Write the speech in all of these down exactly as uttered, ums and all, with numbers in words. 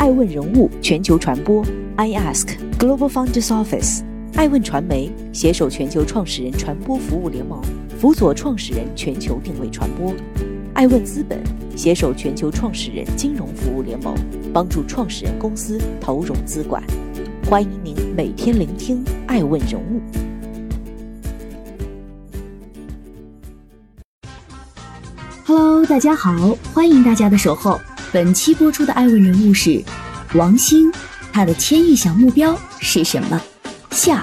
爱问人物全球传播 I Ask Global Founders Office， 爱问传媒携手全球创始人传播服务联盟，辅佐创始人全球定位传播。爱问资本携手全球创始人金融服务联盟，帮助创始人公司投融资管。欢迎您每天聆听爱问人物。 Hello， 大家好，欢迎大家的守候。本期播出的爱问人物是王兴，他的千亿小目标是什么？下。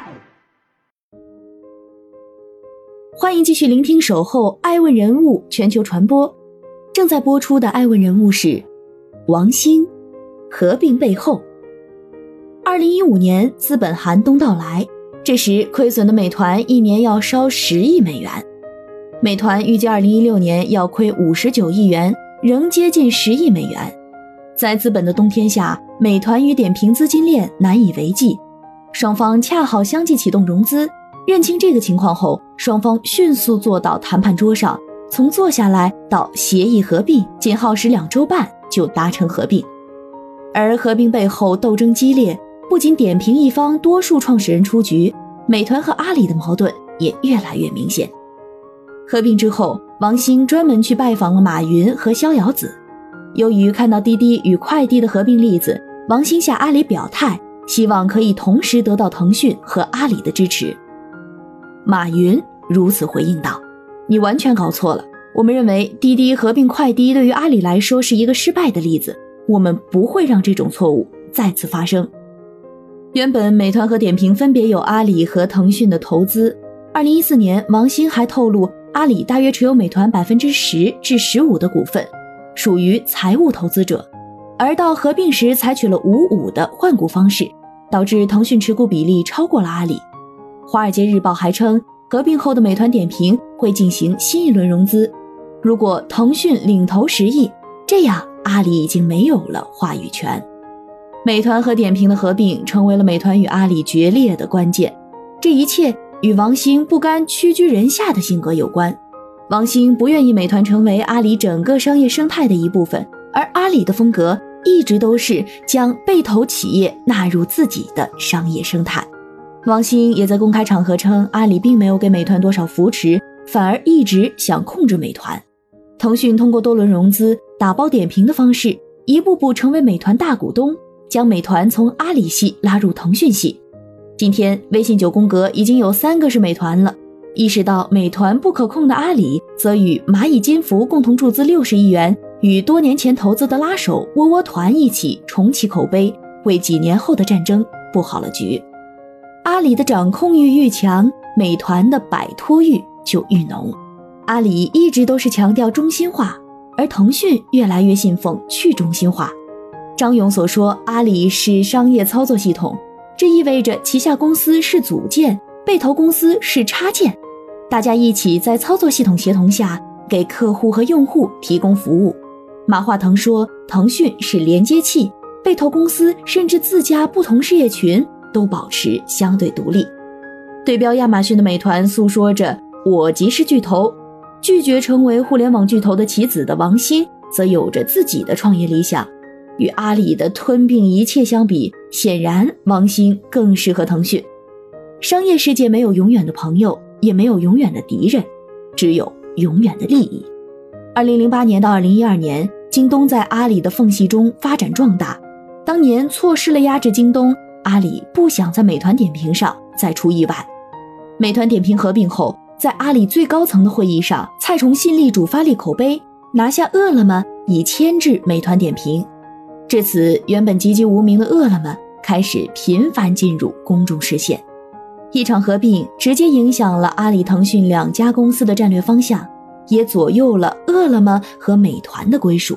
欢迎继续聆听守候爱问人物全球传播。正在播出的爱问人物是王兴，合并背后。二零一五年资本寒冬到来，这时亏损的美团一年要烧十亿美元。美团预计二零一六年要亏五十九亿元，仍接近十亿美元。在资本的冬天下，美团与点评资金链难以为继，双方恰好相继启动融资。认清这个情况后，双方迅速坐到谈判桌上，从坐下来到协议合并仅耗时两周半就达成合并。而合并背后斗争激烈，不仅点评一方多数创始人出局，美团和阿里的矛盾也越来越明显。合并之后，王兴专门去拜访了马云和逍遥子。由于看到滴滴与快滴的合并例子，王兴向阿里表态，希望可以同时得到腾讯和阿里的支持。马云如此回应道：你完全搞错了，我们认为滴滴合并快滴对于阿里来说是一个失败的例子，我们不会让这种错误再次发生。原本美团和点评分别有阿里和腾讯的投资，二零一四年王兴还透露阿里大约持有美团 百分之十 至 十五 的股份，属于财务投资者，而到合并时采取了五五的换股方式，导致腾讯持股比例超过了阿里。华尔街日报还称，合并后的美团点评会进行新一轮融资，如果腾讯领投十亿，这样阿里已经没有了话语权。美团和点评的合并成为了美团与阿里决裂的关键，这一切与王兴不甘屈居人下的性格有关。王兴不愿意美团成为阿里整个商业生态的一部分，而阿里的风格一直都是将被投企业纳入自己的商业生态。王兴也在公开场合称，阿里并没有给美团多少扶持，反而一直想控制美团。腾讯通过多轮融资打包点评的方式，一步步成为美团大股东，将美团从阿里系拉入腾讯系。今天微信九宫格已经有三个是美团了，意识到美团不可控的阿里则与蚂蚁金服共同注资六十亿元，与多年前投资的拉手窝窝团一起重启口碑，为几年后的战争布好了局。阿里的掌控欲愈强，美团的摆脱欲就愈浓。阿里一直都是强调中心化，而腾讯越来越信奉去中心化。张勇所说，阿里是商业操作系统，这意味着旗下公司是组件，被投公司是插件，大家一起在操作系统协同下给客户和用户提供服务。马化腾说，腾讯是连接器，被投公司甚至自家不同事业群都保持相对独立。对标亚马逊的美团诉说着我即是巨头，拒绝成为互联网巨头的棋子的王兴则有着自己的创业理想。与阿里的吞并一切相比，显然王兴更适合腾讯。商业世界没有永远的朋友，也没有永远的敌人，只有永远的利益。二零零八年到二零一二年，京东在阿里的缝隙中发展壮大，当年错失了压制京东，阿里不想在美团点评上再出意外。美团点评合并后，在阿里最高层的会议上，蔡崇信力主发力口碑，拿下饿了么以牵制美团点评。至此，原本籍籍无名的饿了么开始频繁进入公众视线。一场合并直接影响了阿里、腾讯两家公司的战略方向，也左右了饿了么和美团的归属。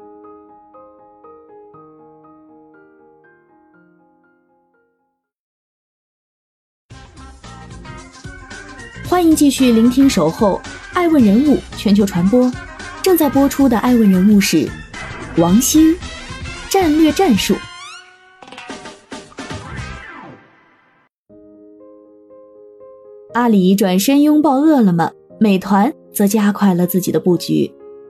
欢迎继续聆听守候爱问人物全球传播。正在播出的爱问人物是王兴，战略战术。阿里转身拥抱饿了么，美团则加快了自己的布局。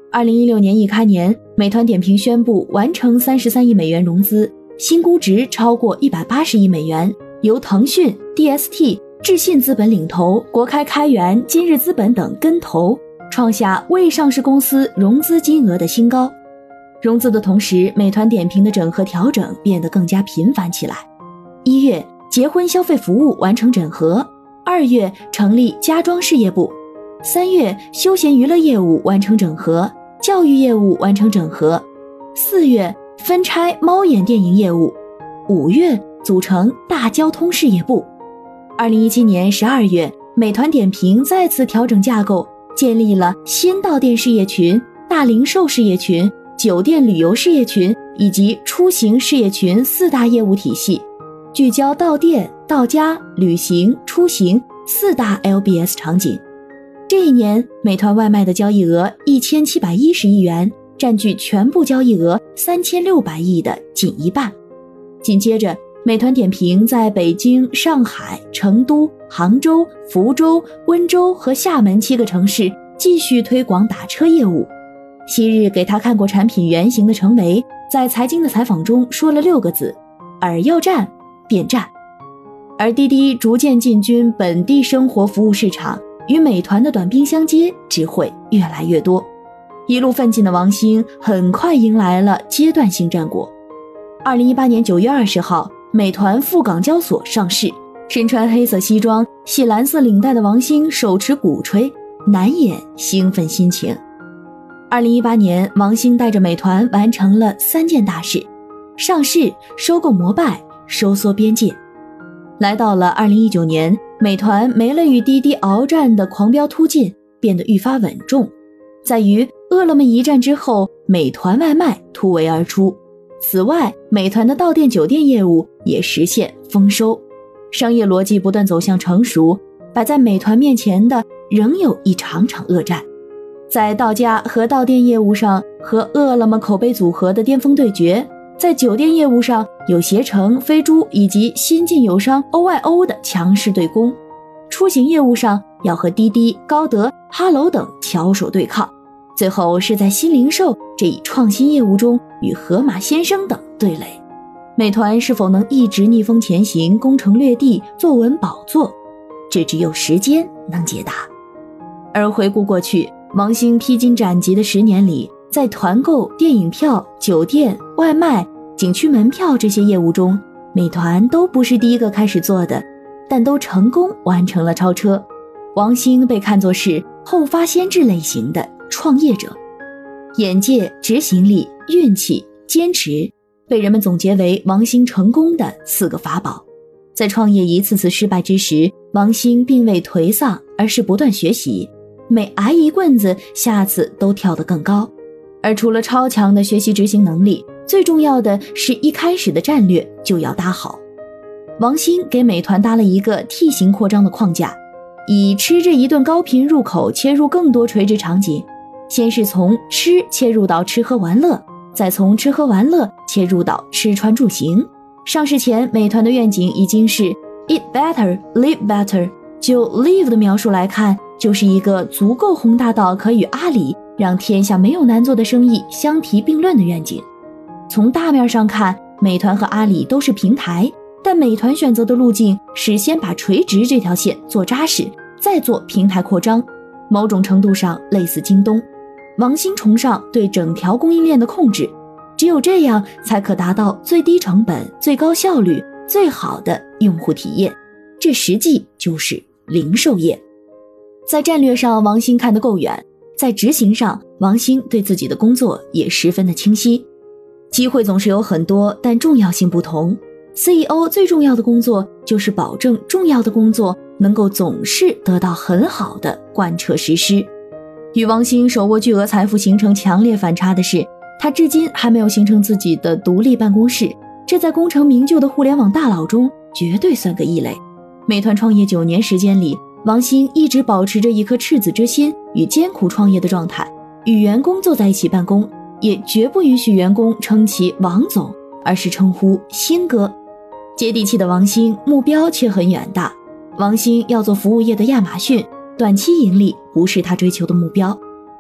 二零一六年一开年，美团点评宣布完成三十三亿美元融资，新估值超过一百八十亿美元，由腾讯、D S T、智信资本领投，国开开源、今日资本等跟投，创下未上市公司融资金额的新高。融资的同时，美团点评的整合调整变得更加频繁起来。一月，结婚消费服务完成整合；二月，成立家装事业部；三月，休闲娱乐业务完成整合。教育业务完成整合，四月分拆猫眼电影业务，五月组成大交通事业部。二零一七年十二月，美团点评再次调整架构，建立了新到店事业群、大零售事业群、酒店旅游事业群以及出行事业群四大业务体系，聚焦到店、到家、旅行、出行四大 L B S 场景。这一年，美团外卖的交易额一千七百一十亿元，占据全部交易额三千六百亿的近一半。紧接着，美团点评在北京、上海、成都、杭州、福州、温州和厦门七个城市继续推广打车业务。昔日给他看过产品原型的程维，在财经的采访中说了六个字：饵要战便战。而滴滴逐渐进军本地生活服务市场，与美团的短兵相接只会越来越多。一路奋进的王兴很快迎来了阶段性战果。二零一八年九月二十号，美团赴港交所上市，身穿黑色西装、系蓝色领带的王兴手持鼓吹，难掩兴奋心情。二零一八年，王兴带着美团完成了三件大事：上市、收购摩拜、收缩边界。来到了二零一九年，美团没了与滴滴鏖战的狂飙突进，变得愈发稳重。在于饿了么一战之后，美团外卖突围而出。此外，美团的到店酒店业务也实现丰收，商业逻辑不断走向成熟。摆在美团面前的仍有一场场恶战，在到家和到店业务上和饿了么口碑组合的巅峰对决，在酒店业务上有携程、飞猪以及新晋友商 O Y O 的强势对攻，出行业务上要和滴滴、高德、哈喽等翘首对抗，最后是在新零售这一创新业务中与盒马鲜生等对垒。美团是否能一直逆风前行、攻城略地、坐稳宝座，这只有时间能解答。而回顾过去，王兴披荆斩棘的十年里，在团购、电影票、酒店、外卖、景区门票这些业务中，美团都不是第一个开始做的，但都成功完成了超车。王兴被看作是后发先至类型的创业者，眼界、执行力、运气、坚持被人们总结为王兴成功的四个法宝。在创业一次次失败之时，王兴并未颓丧，而是不断学习，每挨一棍子，下次都跳得更高。而除了超强的学习执行能力，最重要的是一开始的战略就要搭好。王兴给美团搭了一个 T 型扩张的框架，以吃这一顿高频入口切入更多垂直场景，先是从吃切入到吃喝玩乐，再从吃喝玩乐切入到吃穿住行。上市前，美团的愿景已经是 Eat better, live better。 就 live 的描述来看，就是一个足够宏大到可与阿里让天下没有难做的生意相提并论的愿景。从大面上看，美团和阿里都是平台，但美团选择的路径是先把垂直这条线做扎实，再做平台扩张，某种程度上类似京东。王兴崇尚对整条供应链的控制，只有这样才可达到最低成本、最高效率、最好的用户体验，这实际就是零售业。在战略上，王兴看得够远，在执行上，王兴对自己的工作也十分的清晰。机会总是有很多，但重要性不同。C E O 最重要的工作就是保证重要的工作能够总是得到很好的贯彻实施。与王兴手握巨额财富形成强烈反差的是，他至今还没有形成自己的独立办公室，这在功成名就的互联网大佬中绝对算个异类。美团创业九年时间里，王兴一直保持着一颗赤子之心与艰苦创业的状态，与员工坐在一起办公，也绝不允许员工称其王总，而是称呼兴哥。接地气的王兴目标却很远大，王兴要做服务业的亚马逊，短期盈利不是他追求的目标。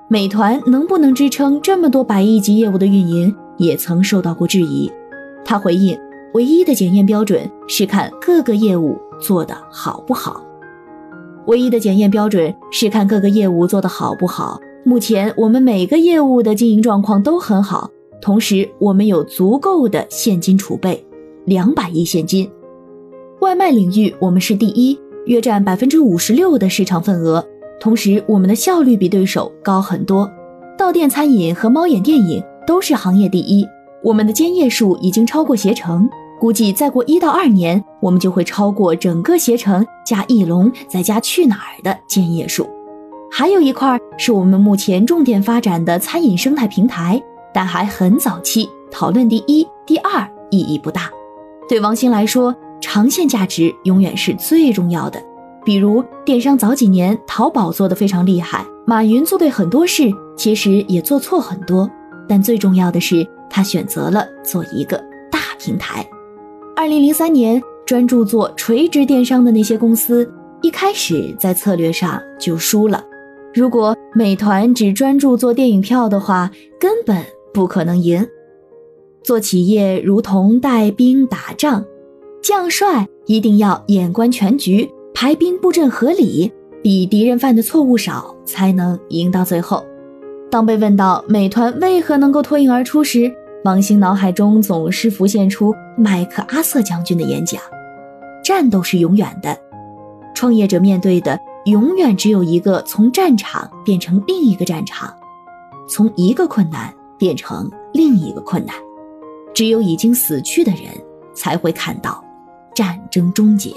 美团能不能支撑这么多百亿级业务的运营，也曾受到过质疑。他回应，唯一的检验标准是看各个业务做得好不好。唯一的检验标准是看各个业务做得好不好。目前我们每个业务的经营状况都很好，同时我们有足够的现金储备，两百亿现金。外卖领域我们是第一，约占 百分之五十六 的市场份额，同时我们的效率比对手高很多。到店餐饮和猫眼电影都是行业第一，我们的间业数已经超过携程，估计再过一到二年，我们就会超过整个携程加翼龙再加去哪儿的间业数。还有一块是我们目前重点发展的餐饮生态平台，但还很早期，讨论第一、第二意义不大。对王兴来说，长线价值永远是最重要的。比如电商早几年淘宝做得非常厉害，马云做对很多事，其实也做错很多，但最重要的是他选择了做一个大平台。二零零三年专注做垂直电商的那些公司，一开始在策略上就输了。如果美团只专注做电影票的话，根本不可能赢。做企业如同带兵打仗，将帅一定要眼观全局，排兵布阵合理，比敌人犯的错误少，才能赢到最后。当被问到美团为何能够脱颖而出时，王兴脑海中总是浮现出麦克阿瑟将军的演讲：战斗是永远的，创业者面对的永远只有一个从战场变成另一个战场，从一个困难变成另一个困难。只有已经死去的人才会看到战争终结。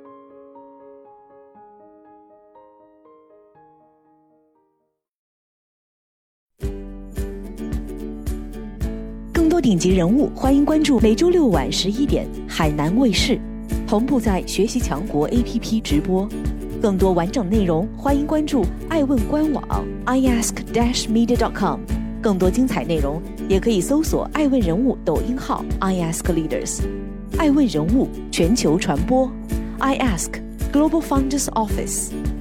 更多顶级人物，欢迎关注每周六晚十一点海南卫视，同步在学习强国 A P P 直播。更多完整内容，欢迎关注爱问官网 i ask dash media dot com。更多精彩内容，也可以搜索爱问人物抖音号 i ask leaders。爱问人物全球传播 ，I ask Global Founders Office。